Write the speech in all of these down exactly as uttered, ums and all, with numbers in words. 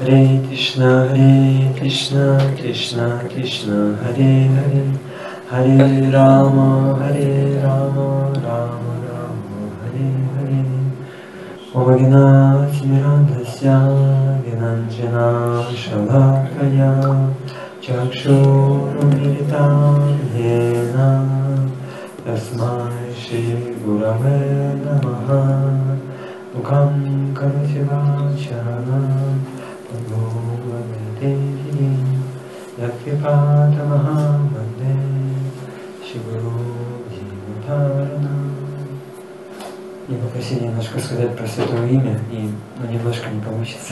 Hare Krishna, Hare Krishna, Krishna Krishna, Hare Hare, Hare Rama, Hare Rama, Rama Rama, Hare Hare. Om Gena Timirandasya Vinanjana Shalakaya Chakshurumilitam Yena Tasmai Shri Gurave Namaha. Mukam Karoti Vachanam Bhagavate Yakvipatamaham Vande Shiguru Дхиватаранам. Я попросил немножко сказать про Святое Имя, и ну, немножко не получится.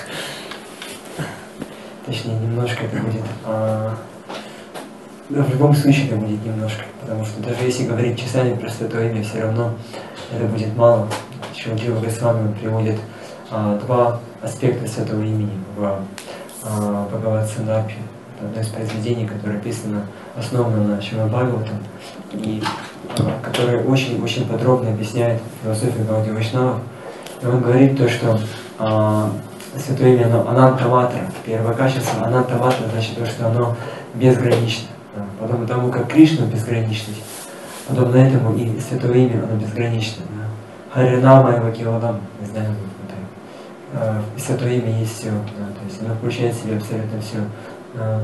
Точнее, немножко это будет. А, да, в любом случае это будет немножко, потому что даже если говорить часами про Святое Имя, все равно это будет мало. Шримад Госвами приводит а, два аспекта Святого Имени в а, Бхагават-Сандарбхе. Это одно из произведений, которое описано, основано на Шримад Бхагаватам, и а, которое очень-очень подробно объясняет философию Гаудия Вайшнавов. И он говорит то, что а, Святое Имя, оно Анантаматра, первое качество Анантаматра, значит то, что оно безгранично. Подобно тому, как Кришна безграничность, подобно этому и Святое Имя, оно безгранично. Харинама его киладам, мы знаем, это, э, Святое Имя есть все, да, то есть оно включает в себя абсолютно все. Э,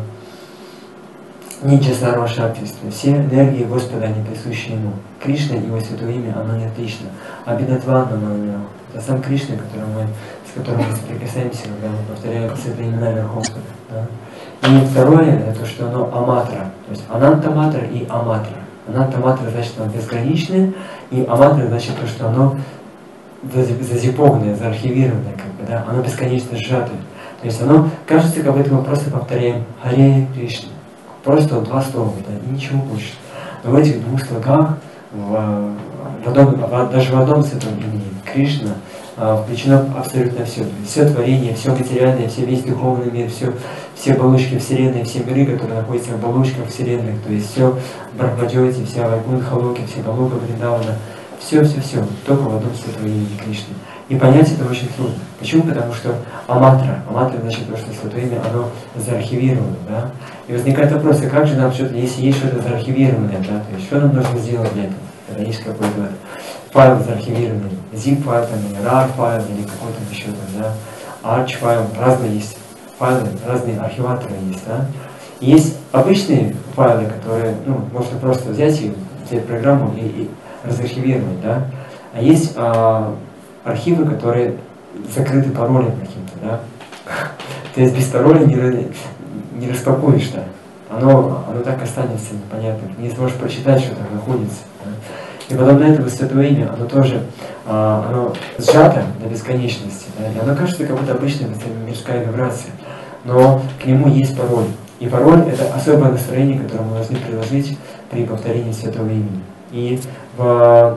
Ниджа Сарва Шакти, все энергии Господа, они присущи Ему. Кришна и Его Святое Имя, оно не отлично. Абидатванна Манамяу, это сам Кришна, который мы, с которым мы соприкасаемся, когда мы повторяем святые имена Верховного. Да. И второе, это то, что оно Аматра, то есть Анантаматра и Аматра. Анантаматра значит, оно безграничное, и Аматра значит то, что оно зазипованное, заархивированное, как бы, да? Оно бесконечно сжатое. То есть оно кажется, как будто мы просто повторяем Харе Кришна. Просто вот два слова, да, и ничего больше. Но в этих двух слогах, в, в одном, даже в одном святом имени Кришна включено абсолютно все. Все творение, все материальное, все весь духовный мир, все, все оболочки Вселенной, все миры, которые находятся в оболочках Вселенных, то есть все Брахмаджоти, вся Вайкунтха-локи, все Галока Вриндавана, все-все-все, только в одном святом имени Кришны. И понять это очень трудно. Почему? Потому что Аматра, Аматра значит то, что Святое Имя, оно заархивировано, да? И возникает вопрос, а как же нам что-то, если есть что-то заархивированное, да, то есть что нам нужно сделать для этого, когда есть какой-то файл заархивированный, zip-файл, или rar-файл, или какой-то еще там, да, arch-файл, разные есть файлы, разные архиваторы есть, да. И есть обычные файлы, которые, ну, можно просто взять и взять программу и, и разархивировать, да. А есть а, архивы, которые закрыты паролем каким-то, да. То есть без пароля не, не распакуешь, да. Оно, оно так останется непонятным, не сможешь прочитать, что там находится. Да? И подобно этому Святое Имя, оно тоже а, оно сжато до бесконечности, да? И оно кажется как будто обычная мирская вибрация, но к нему есть пароль. И пароль — это особое настроение, которое мы должны приложить при повторении Святого Имени. И в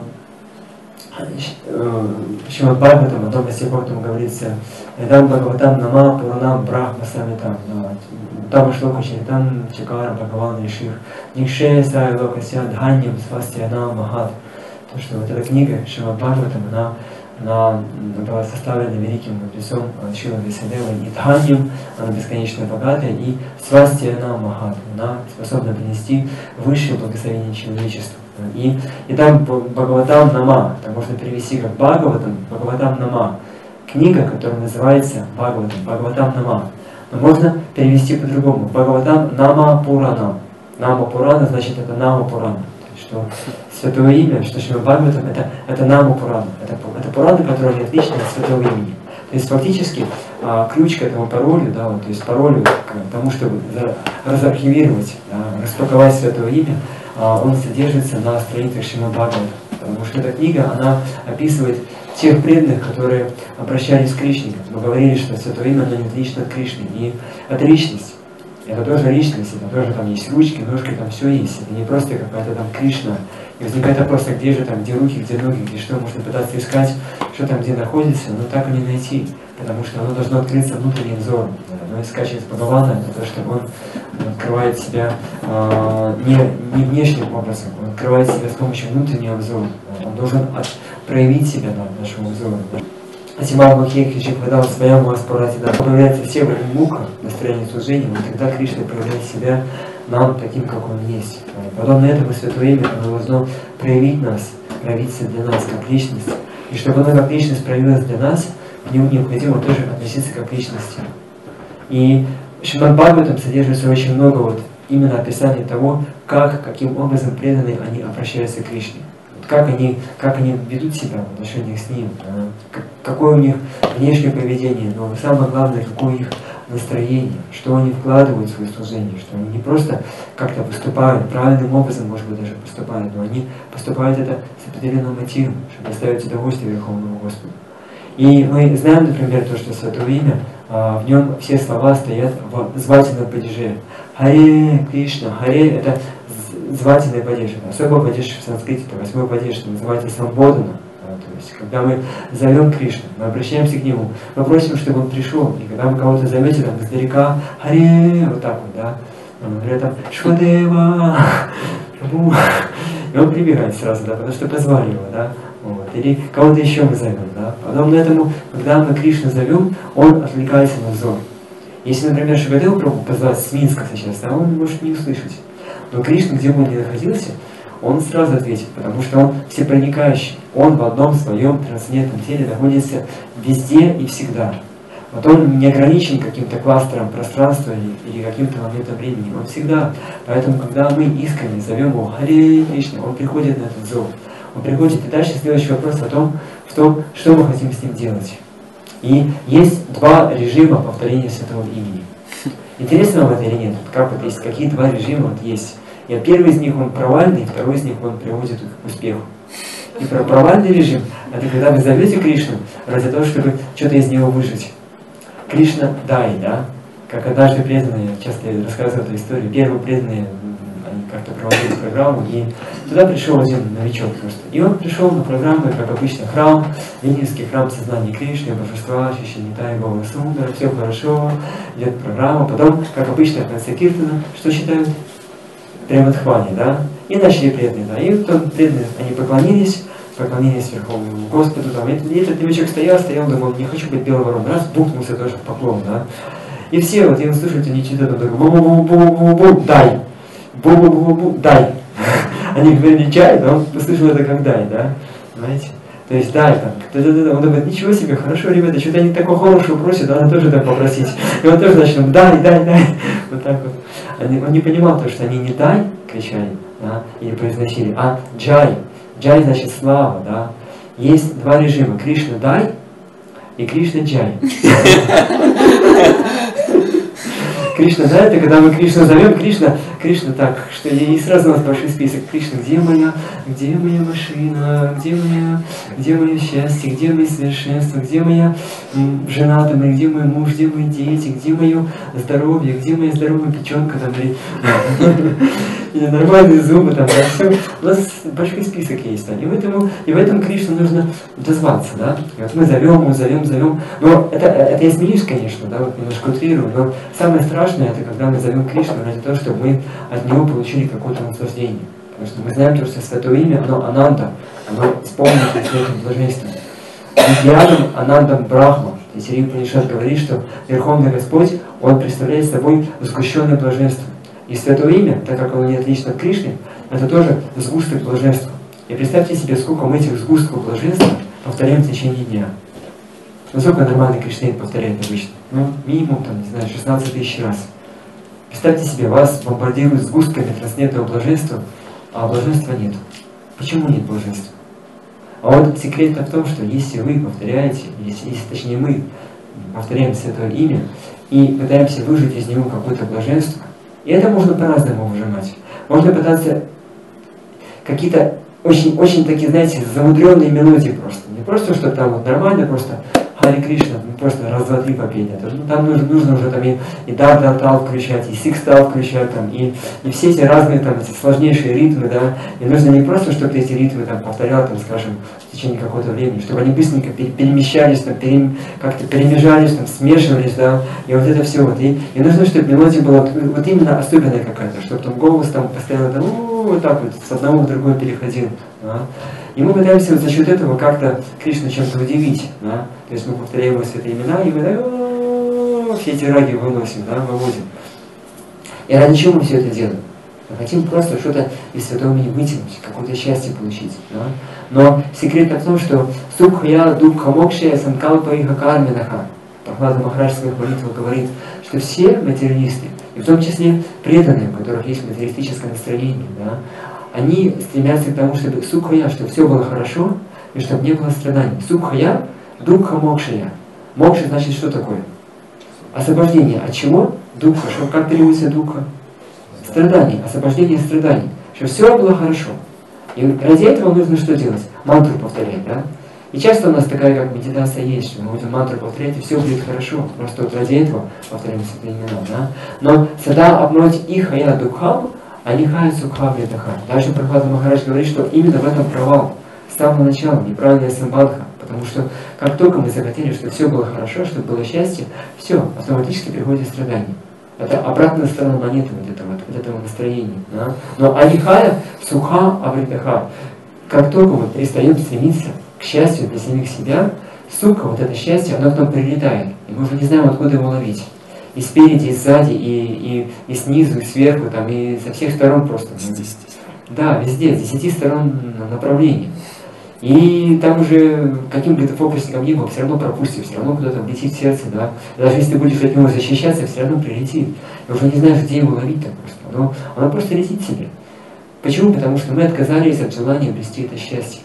Шримад Бхагаватам, в одном из стихов там говорится: «Эдам Бхагаватам нама пуранам брахма самитам». Там шлока чаритам чакара Бхагаван решив никше сай локася дханьям свастьянам махат. То, что вот эта книга Шримад Бхагаватам, она, она была составлена великим мудрецом Шрилой Вьясадевой, и дханьям, она бесконечно богатая, и свастьянам махат, она способна принести высшее благословение человечеству. И, и там Бхагаватам Нама, это можно перевести как Бхагаватам, Бхагаватам Нама, книга, которая называется Бхагаватам, Бхагаватам Нама. Но можно перевести по-другому. Бхагаватам Нама Пуранам. Нама Пурана значит это Нама Пурана. Что Святое Имя, что Шримад Бхагаватам, это, это Нама Пурана. Это, это Пурана, которая не отлична от Святого Имени. То есть фактически а, ключ к этому паролю, да, вот, то есть паролю к тому, чтобы разархивировать, да, распаковать Святое Имя, а, он содержится на страницах Шримад Бхагаватам. Потому что эта книга, она описывает тех преданных, которые обращались к Кришне. Мы говорили, что Святое Имя, оно не отлично от Кришны. И это личность. Это тоже личность, это тоже там есть ручки, ножки, там все есть. Это не просто какая-то там Кришна. И возникает вопрос, а где же там, где руки, где ноги, где что, можно пытаться искать, что там где находится, но так и не найти. Потому что оно должно открыться внутренним взором. Одно из качеств Бхагавана, это то, что он открывает себя э, не, не внешним образом, он открывает себя с помощью внутреннего взора. Он должен от, проявить себя на нашему взору. Асима Бхакти выдал своему аспарате, да, появляется все в этом мука, настроение служения, вот тогда Кришна проявляет себя нам таким, как он есть. Подобно этому Святое Имя, оно должно проявить нас, проявиться для нас как личность. И чтобы оно как личность проявилась для нас, необходимо тоже относиться как к личности. И в Шримад Бхагаватам содержится очень много вот именно описания того, как, каким образом преданные они обращаются к Кришне. Как они, как они ведут себя в отношениях с Ним, да? Какое у них внешнее поведение, но самое главное, какое у них настроение, что они вкладывают в свое служение, что они не просто как-то поступают правильным образом, может быть, даже поступают, но они поступают это с определенным мотивом, чтобы доставить удовольствие Верховному Господу. И мы знаем, например, то, что Святое Имя, в нем все слова стоят в звательном падеже. Харе Кришна, Харе — это звательный падеж. Особый падеж в санскрите, это восьмой падеж, называется самбодхана. То есть, когда мы зовем Кришну, мы обращаемся к Нему, мы просим, чтобы Он пришел. И когда мы кого-то заметили, там, издалека, Харе, вот так вот, да, он говорит там, Швадева, и он прибегает сразу, да, потому что позвали его, да. Вот. Или кого-то еще мы зовем, да. Подобно этому, когда мы Кришну зовем, он отвлекается на взор. Если, например, Шукадеву Прабху позвать с Минска сейчас, да, он может не услышать. Но Кришна, где бы он ни находился, он сразу ответит, потому что он всепроникающий. Он в одном своем трансцендентном теле находится везде и всегда. Вот он не ограничен каким-то кластером пространства или, или каким-то моментом времени. Он всегда. Поэтому, когда мы искренне зовем его Харе Кришна, он приходит на этот зов. Он приходит, и дальше следующий вопрос о том, в том, что мы хотим с ним делать. И есть два режима повторения Святого Имени. Интересно вам это или нет? Как вот есть, какие два режима вот есть. И первый из них он провальный, второй из них он приводит к успеху. И про провальный режим — это когда вы зовете Кришну ради того, чтобы что-то из него выжить. Кришна дай, да? Как однажды преданные, часто я рассказываю эту историю, первые преданные, они как-то проводили программу, и туда пришел один новичок просто. И он пришел на программу, как обычно, храм, индийский храм сознания Кришны, божества, Шишинитай, Гова Сундара, все хорошо, идет программа. Потом, как обычно, в конце киртана, что читают? Преmadхвани, да? И начали преданные, да. И потом преданные, они поклонились, поклонились Верховному Господу, там. И этот новичок стоял, стоял, думал, не хочу быть белым вороном. Раз, бухнулся тоже в поклон, да. И все, вот, и вы слушаете, они читают, он такой, бу-бу-бу-бу-бу-бу, дай. Бу-бу-бу-бу, дай. Они говорили чай, но он услышал это как дай, да. Знаете? То есть дай там. Он думает, ничего себе, хорошо, ребята, что-то они такого хорошего просят, надо тоже так попросить. И он тоже начал, дай, дай, дай. Вот так вот. Он не понимал то, что они не дай кричали, да, или произносили, а джай. Джай значит слава, да. Есть два режима. Кришна дай и Кришна джай. Кришна, да, это когда мы Кришну зовем, Кришна, Кришна так, что и сразу у нас большой список. Кришна, где моя, где моя машина, где моя, где мое счастье, где мои совершенства, где моя м, жена, там, где мой муж, где мои дети, где мое здоровье, где моя здоровая печенка, там, или, или нормальные зубы, там, да, все. У нас большой список есть, да, и в этом, и в этом Кришну нужно дозваться, да. И вот мы зовем, мы зовем, зовем, но это, это я смеюсь, конечно, да, вот немножко утрирую, но самое страшное это когда мы зовем Кришну ради того, чтобы мы от него получили какое-то наслаждение. Потому что мы знаем, что Святое Имя, оно Ананда, оно исполнено этим блаженством. Идеалом Анандам Брахма. И Сирий Панишат говорит, что Верховный Господь, Он представляет собой сгущенное блаженство. И Святое Имя, так как оно не отлично от Кришны, это тоже сгусток блаженства. И представьте себе, сколько мы этих сгустков блаженства повторяем в течение дня. Ну, сколько нормальный кришнаит повторяет обычно? Ну, минимум, там, не знаю, шестнадцать тысяч раз. Представьте себе, вас бомбардируют сгустками трансцендентного блаженства, а блаженства нет. Почему нет блаженства? А вот секрет в том, что если вы повторяете, если, если точнее мы повторяем Святое Имя и пытаемся выжать из него какое-то блаженство, и это можно по-разному выжимать. Можно пытаться какие-то очень, очень такие, знаете, замудренные мелодии просто. Не просто, что там вот нормально, просто Харе Кришна, просто раз, два, три попеть. Это, ну, там нужно, нужно уже там и, и дар-дар-тал включать, и сикс-тал включать, там, и, и все эти разные там, эти сложнейшие ритмы, да. И нужно не просто, чтобы ты эти ритмы там повторял, там, скажем, в течение какого-то времени, чтобы они быстренько перемещались, там, пере, как-то перемежались, там, смешивались, да. И вот это все вот. И, и нужно, чтобы мелодия была вот, вот именно особенная какая-то, чтобы там голос там постоянно там, вот так вот, с одного в другое переходил. Да? И мы пытаемся за счет этого как-то Кришну чем-то удивить. Да? То есть мы повторяем его святые имена, и мы да, все эти раги выносим, да, выводим. И ради чего мы все это делаем? Мы хотим просто что-то из святого имени вытянуть, какое-то счастье получить. Да? Но секрет в том, что сукхая, дукха, мокшая, санкалпа, иха, карминаха. Прохлада Махарадж в своих молитвах говорит, что все материалисты, и в том числе преданные, у которых есть материалистическое настроение, да, они стремятся к тому, чтобы сукхая, чтобы все было хорошо, и чтобы не было страданий. Сукхая, дукха, мокшая. Мокша значит что такое? Освобождение от чего? Дукха. Что, как переводится дукха? Страданий, освобождение страданий. Чтобы все было хорошо. И ради этого нужно что делать? Мантру повторять, да? И часто у нас такая как медитация есть, что мы будем мантру повторять, и все будет хорошо. Просто вот ради этого повторяем святые имена, да? Но сада обнуть иха я дукхам, а нихая сукха вредаха. Даже Прохлада Махарадж говорит, что именно в этом провал. С самого начала неправильная самбадха. Потому что как только мы захотели, чтобы все было хорошо, чтобы было счастье, все, автоматически приходит страдание. Это обратная сторона монеты вот этого, вот этого настроения. Да? Но анихая суха авридаха. Как только мы перестаем стремиться к счастью для самих себя, сука, вот это счастье, оно к нам прилетает. И мы уже не знаем, откуда его ловить. И спереди, и сзади, и, и, и снизу, и сверху, там, и со всех сторон просто. Да, везде, с десяти сторон направлений. И там уже каким бы ты фокусником ни был, все равно пропустишь, все равно куда-то влетит в сердце, да. Даже если ты будешь от него защищаться, все равно прилетит. И уже не знаешь, где его ловить так просто. Оно, оно просто летит себе. Почему? Потому что мы отказались от желания обрести это счастье.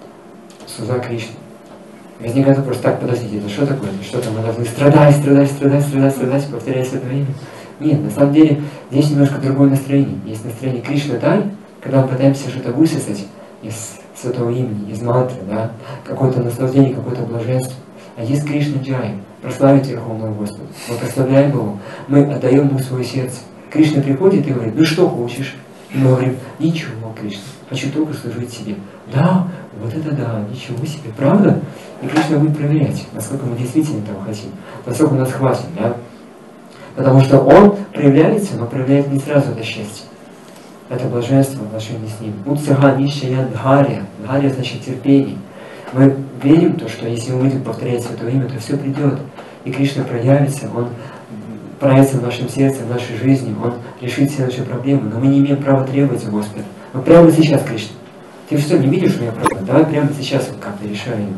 Суза Кришна. Возникает вопрос, так, подождите, это что такое? Это что там, мы должны страдать, страдать, страдать, страдать, страдать, повторяя это время? Нет, на самом деле, здесь немножко другое настроение. Есть настроение Кришна Дай, когда мы пытаемся что-то высосать из святого имени, из мантры, да, какое-то наслаждение, какое-то блаженство. А есть Кришна Джай, прославить Верховного Господа. Мы прославляем Его, мы отдаем Ему свое сердце. Кришна приходит и говорит, ну что хочешь? И мы говорим, ничего, Кришна, хочу только служить себе. Да, вот это да, ничего себе, правда? И Кришна будет проверять, насколько мы действительно этого хотим, насколько нас хватит, да? Потому что Он проявляется, но проявляет не сразу это счастье. Это блаженство в отношении с Ним. Муцага нищая дхария. Дхария значит терпение. Мы верим в то, что если мы будем повторять Святое Имя, то все придет. И Кришна проявится, Он проявится в нашем сердце, в нашей жизни, Он решит все наши проблемы. Но мы не имеем права требовать у Господа. Но прямо сейчас, Кришна, ты что, не видишь у меня проблем? Давай прямо сейчас вот как-то решаем.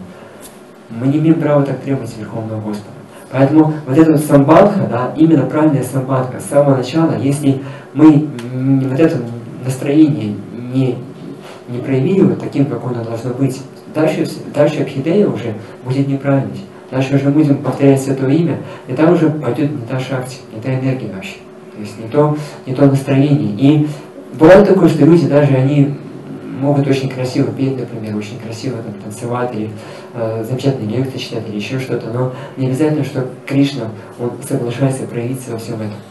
Мы не имеем права так требовать Верховного Господа. Поэтому вот эта вот самбадха, да, именно правильная самбадха с самого начала, если мы вот это настроение не, не проявили вот таким, как оно должно быть, дальше, дальше абхидея уже будет неправильной. Дальше уже будем повторять Святое Имя, и там уже пойдет не та шакти, не та энергия вообще. То есть не то, не то настроение. И бывает такое, что люди даже они могут очень красиво петь, например, очень красиво там, танцевать, или э, замечательные лекции читать, или еще что-то, но не обязательно, что Кришна, Он соглашается проявиться во всем этом.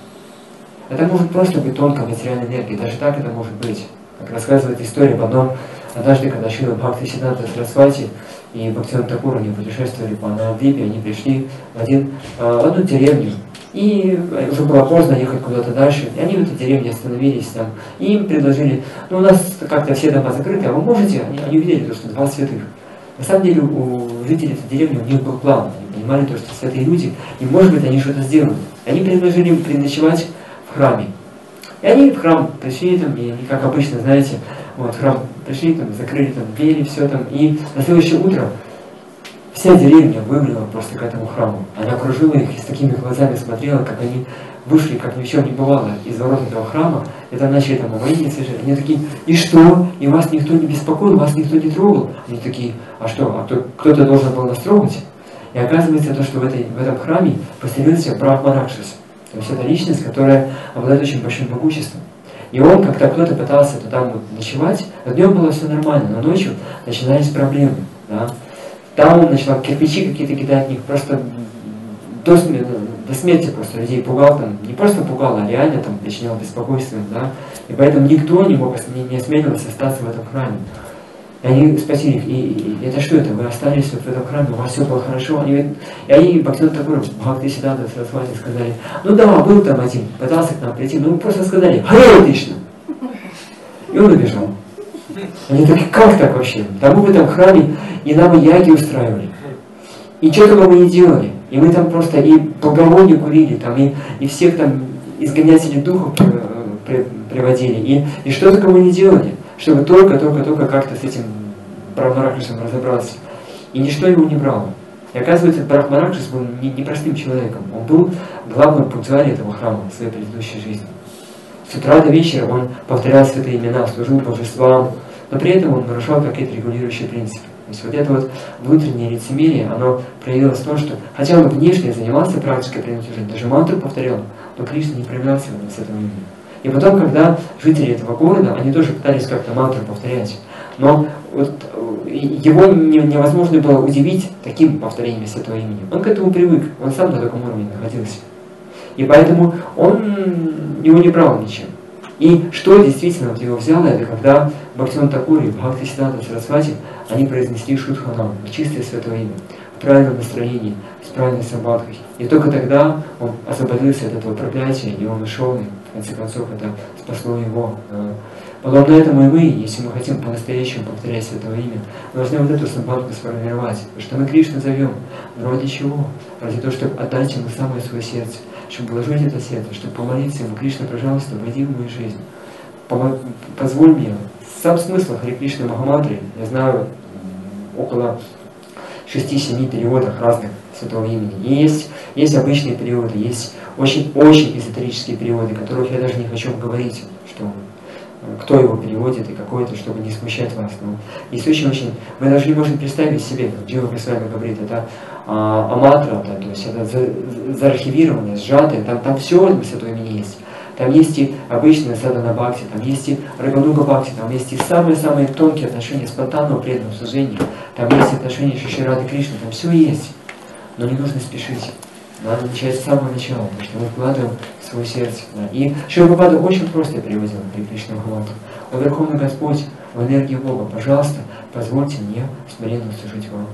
Это может просто быть тонкая материальная энергия, даже так это может быть. Как рассказывает история об одном, однажды, когда Шрила Бхактисиддханта Сарасвати и Бхактивинода Тхакур, они путешествовали по Навадвипе, они пришли в, один, в одну деревню, и уже было поздно ехать куда-то дальше, и они в этой деревне остановились там, и им предложили, ну у нас как-то все дома закрыты, а вы можете? Они, они увидели, что два святых. На самом деле у жителей этой деревни у них был план, они понимали, то, что святые люди, и может быть они что-то сделают. Они предложили им переночевать в храме. И они в храм пришли там, и как обычно, знаете, вот, в храм пришли, там, закрыли там двери, все там, и на следующее утро вся деревня выглянула просто к этому храму. Она окружила их и с такими глазами смотрела, как они вышли, как ни в чем не бывало, из ворот этого храма, и там начали там умоления совершать. Они такие, и что? И вас никто не беспокоил, вас никто не трогал? Они такие, а что, а кто, кто-то должен был нас трогать? И оказывается, то, что в, этой, в этом храме поселился Брахма Ракшас. То есть это личность, которая обладает очень большим могуществом. И он, как-то кто-то пытался туда вот ночевать, а днем было все нормально, но ночью начинались проблемы. Да? Там он начал кирпичи какие-то кидать в них, просто до смерти, до смерти просто людей пугал, там, не просто пугал, а реально там причинял беспокойство. Да? И поэтому никто не мог, не, не осмеливался остаться в этом храме. И они спросили их, и, и, и это что это, вы остались вот в этом храме, у вас все было хорошо? Они, и они, Бхактивинода Тхакур, Бхактисиддханта Сарасвати сказали, ну да, был там один, пытался к нам прийти, но мы просто сказали, Харе Кришна! И он убежал. Они такие, как так вообще? Да мы в этом храме и нам и яги устраивали. И что только мы не делали. И мы там просто и благовоние курили, там, и, и всех там изгонятелей духов при, приводили. И, и что только мы не делали, чтобы только-только-только как-то с этим Брахмаракшисом разобраться. И ничто его не брало. И оказывается, Брахмаракшис был непростым не человеком. Он был главным пунктуарием этого храма в своей предыдущей жизни. С утра до вечера он повторял святые имена, служил божествам, но при этом он нарушал какие-то регулирующие принципы. То есть вот это вот внутреннее лицемерие, оно проявилось в том, что хотя он внешне занимался практикой преданного, даже мантру повторял, но Кришна не проявлялся с этого имени. И потом, когда жители этого города, они тоже пытались как-то мантру повторять, но вот его невозможно было удивить таким повторением святого имени. Он к этому привык, он сам на таком уровне находился. И поэтому он его не брал ничем. И что действительно вот его взяло, это когда Бхактивинода Тхакур и Бхактисиддханта Сарасвати, они произнесли Шудханам, чистое святое имя, в правильном настроении, с правильной самбадхой. И только тогда он освободился от этого проклятия, и он ушел, и в конце концов это спасло его. Подобно этому и мы, если мы хотим по-настоящему повторять святое имя, мы должны вот эту самбадху сформировать. Потому что мы Кришну зовем. Но ради чего? Ради того, чтобы отдать ему самое свое сердце, чтобы вложить это сердце, чтобы помолиться ему: Кришна, пожалуйста, войди в мою жизнь. Позволь мне. Сам смысл Харе Кришна Махамантры, я знаю около шести-семи переводов разных святого имени. И есть, есть обычные переводы, есть очень-очень эзотерические переводы, которых я даже не хочу говорить, что кто его переводит и какой это, чтобы не смущать вас. Но есть очень-очень... Мы даже не можем представить себе, как Джива Госвами говорит, это а, аматра, да, то есть это за, заархивированное, сжатое, там, там все в святом имени есть. Там есть и обычная садхана бхакти, там есть и рагануга бхакти, там есть и самые-самые тонкие отношения спонтанного преданного служения, там есть отношения Шиши Кришны, там все есть. Но не нужно спешить. Надо начать с самого начала, потому что мы вкладываем в свое сердце. Да. И Шрила очень просто переводил Харе Кришна Махамантру. О Верховный Господь, в энергии Бога, пожалуйста, позвольте мне смиренно служить вам.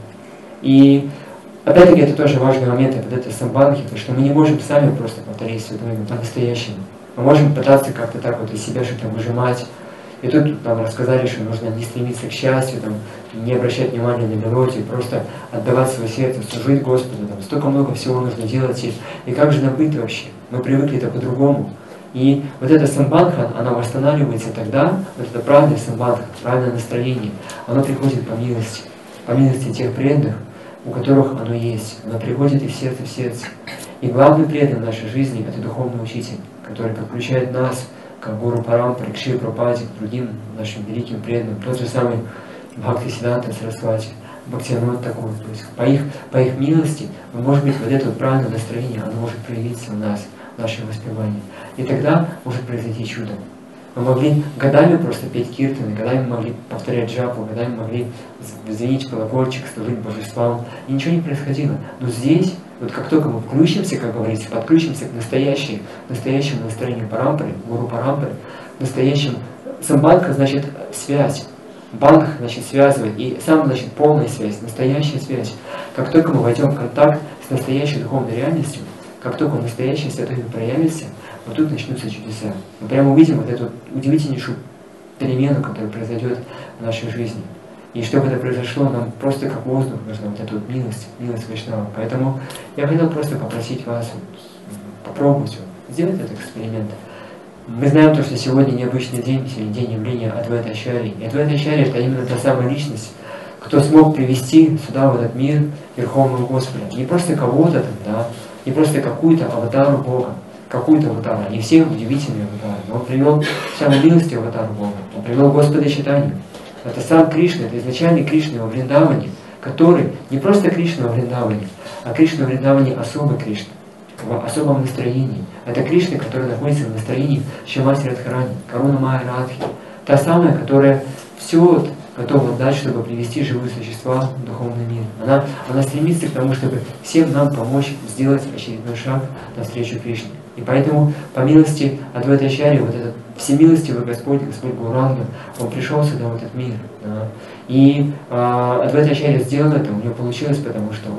И опять-таки это тоже важный момент, вот это самбадхи, потому что мы не можем сами просто повторить святое имя по-настоящему. Мы можем пытаться как-то так вот из себя что-то выжимать. И тут нам рассказали, что нужно не стремиться к счастью, там, не обращать внимания на мелодию, просто отдавать свое сердце, служить Господу. Там, столько много всего нужно делать. И, и как же нам быть вообще? Мы привыкли это по-другому. И вот эта самбадха, она восстанавливается тогда, вот это правильное самбадха, правильное настроение, оно приходит по милости, по милости тех преданных, у которых оно есть. Оно приходит из сердца в сердце. И главный преданный в нашей жизни – это духовный учитель, который подключает нас к Гуру Парампаре, к Шри Прабхупаде, к другим нашим великим преданным. Тот же самый Бхактисиддханта Сарасвати, Бхактивинода Тхакур. То есть по их, по их милости мы можем быть вот это вот правильное настроение, оно может проявиться у нас, в нашем воспевании. И тогда может произойти чудо. Мы могли годами просто петь киртаны, годами могли повторять джапу, годами могли звенить колокольчик, служить божествам, и ничего не происходило. Но здесь, вот как только мы включимся, как говорится, подключимся к настоящей, настоящему настроению парампары, гуру парампары, настоящему самбадха значит связь, бандх значит связывать, и сам значит полная связь, настоящая связь. Как только мы войдем в контакт с настоящей духовной реальностью, как только настоящее святое проявится, вот тут начнутся чудеса. Мы прямо увидим вот эту удивительнейшую перемену, которая произойдет в нашей жизни. И чтобы это произошло, нам просто как воздух нужна вот эта вот милость, милость Вайшнава. Поэтому я хотел просто попросить вас вот, попробовать, вот, сделать этот эксперимент. Мы знаем то, что сегодня необычный день, сегодня день явления Адвайта Ачарьи. И Адвайта Ачарья — это именно та самая личность, кто смог привести сюда, в этот мир, Верховного Господа. Не просто кого-то там, да, не просто какую-то аватару Бога, какую-то аватару, не все удивительные аватары, но он привел самую милость аватару Бога, он привел Господа Чайтанью. Это сам Кришна, это изначальный Кришна во Вриндаване, который не просто Кришна во Вриндаване, а Кришна во Вриндаване особый Кришна, в особом настроении. Это Кришна, который находится в настроении Шримати Радхарани, Каруна Майя Радхи, та самая, которая все готова дать, чтобы привести живые существа в духовный мир. Она, она стремится к тому, чтобы всем нам помочь сделать очередной шаг навстречу Кришне. И поэтому, по милости Адвайта Ачарьи, вот этот всемилостивый Господь, Господь Гауранга, Он пришел сюда, в этот мир. Да. И э, Адвайта Ачарья сделал это, у него получилось, потому что он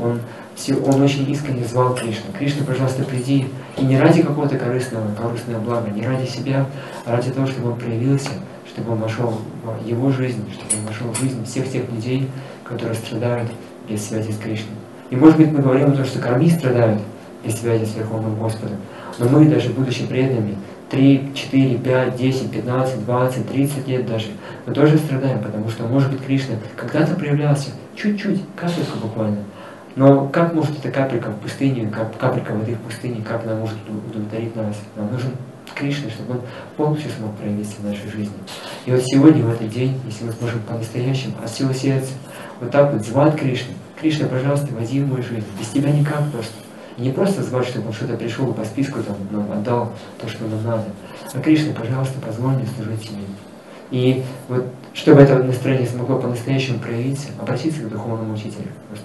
все, он очень искренне звал Кришну. Кришна, пожалуйста, приди. И не ради какого-то корыстного, корыстного блага, не ради себя, а ради того, чтобы он проявился, чтобы он вошел в его жизнь, чтобы он вошел в жизнь всех тех людей, которые страдают без связи с Кришной. И может быть мы говорим о том, что карми страдают без связи с Верховным Господом, но мы, даже будучи преданными, три, четыре, пять, десять, пятнадцать, двадцать, тридцать лет даже, мы тоже страдаем, потому что, может быть, Кришна когда-то проявлялся, чуть-чуть, капельку буквально. Но как может эта капелька в пустыне, как капелька воды в пустыне, как она может удовлетворить нас? Нам нужен Кришна, чтобы он полностью смог проявиться в нашей жизни. И вот сегодня, в этот день, если мы сможем по-настоящему, от всего сердца, вот так вот звать Кришну: Кришна, пожалуйста, войди в мою жизнь. Без тебя никак просто. И не просто звать, чтобы он что-то пришел и по списку там, нам отдал то, что нам надо. А Кришна, пожалуйста, позволь мне служить тебе. И вот, чтобы это настроение смогло по-настоящему проявиться, обратиться к духовному учителю. Просто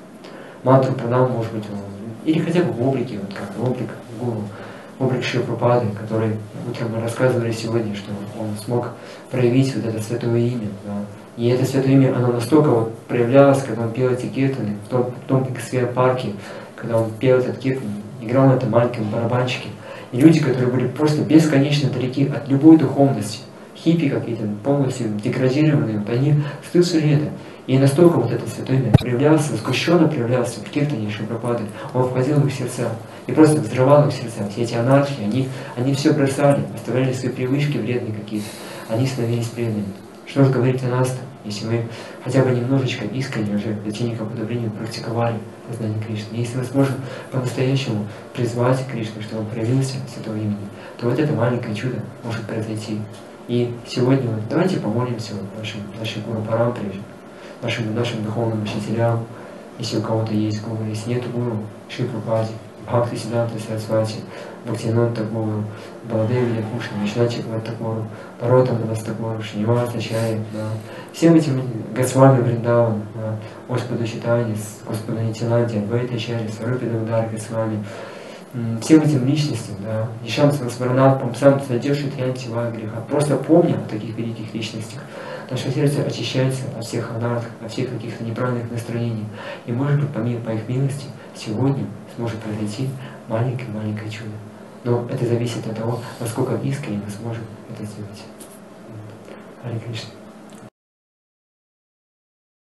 мантру пранам, может быть, или хотя бы в облике, вот как облик гуру, облик Шрила Прабхупады, который утром мы рассказывали сегодня, что он смог проявить вот это святое имя. Да. И это святое имя, оно настолько вот проявлялось, когда он пел эти киртаны, в том, в том парке, когда он пел этот киртан, играл на этом маленьком барабанчике. И люди, которые были просто бесконечно далеки от любой духовности, хиппи какие-то, полностью деградированные, вот они слышали это. И настолько вот это святое имя проявлялся, сгущенно проявлялся в киртане Шрилы Прабхупады, он входил в их сердца и просто взрывал их сердца. Все эти анархии, они, они все бросали, оставляли свои привычки вредные какие-то, они становились преданными. Что же говорить о нас-то, если мы хотя бы немножечко искренне уже в течение какого-то времени практиковали познание Кришны. Если мы сможем по-настоящему призвать Кришну, чтобы он проявился с этого имени, то вот это маленькое чудо может произойти. И сегодня вот давайте помолимся вот нашим, нашим гуру Парампре, нашим, нашим духовным учителям, если у кого-то есть гуру, если нет гуру, Шриле Прабхупаде, Бхакти Сиддханта Сарасвати, Бхактивинода Тхакуру, Баладеви Якушина, Вишнати Тхакуру, Паротаманас Тхакуру, Шриниваса Ачарья, да. Всем этим Госвами Вриндаван, да, Господу Чайтанье, Господу Нитянанде, Адвайта Ачарья, Сварупи Дамодар Госвами, всем этим личностям, да, Ишам Самсмаранат, Памсам Садеши Тьянти Греха. Просто помня о таких великих личностях, наше сердце очищается от всех анарх, от всех каких-то неправильных настроений. И может быть, помимо по их милости, сегодня сможет произойти маленькое-маленькое чудо. Но это зависит от того, насколько искренне мы сможем это сделать. Харе Кришна.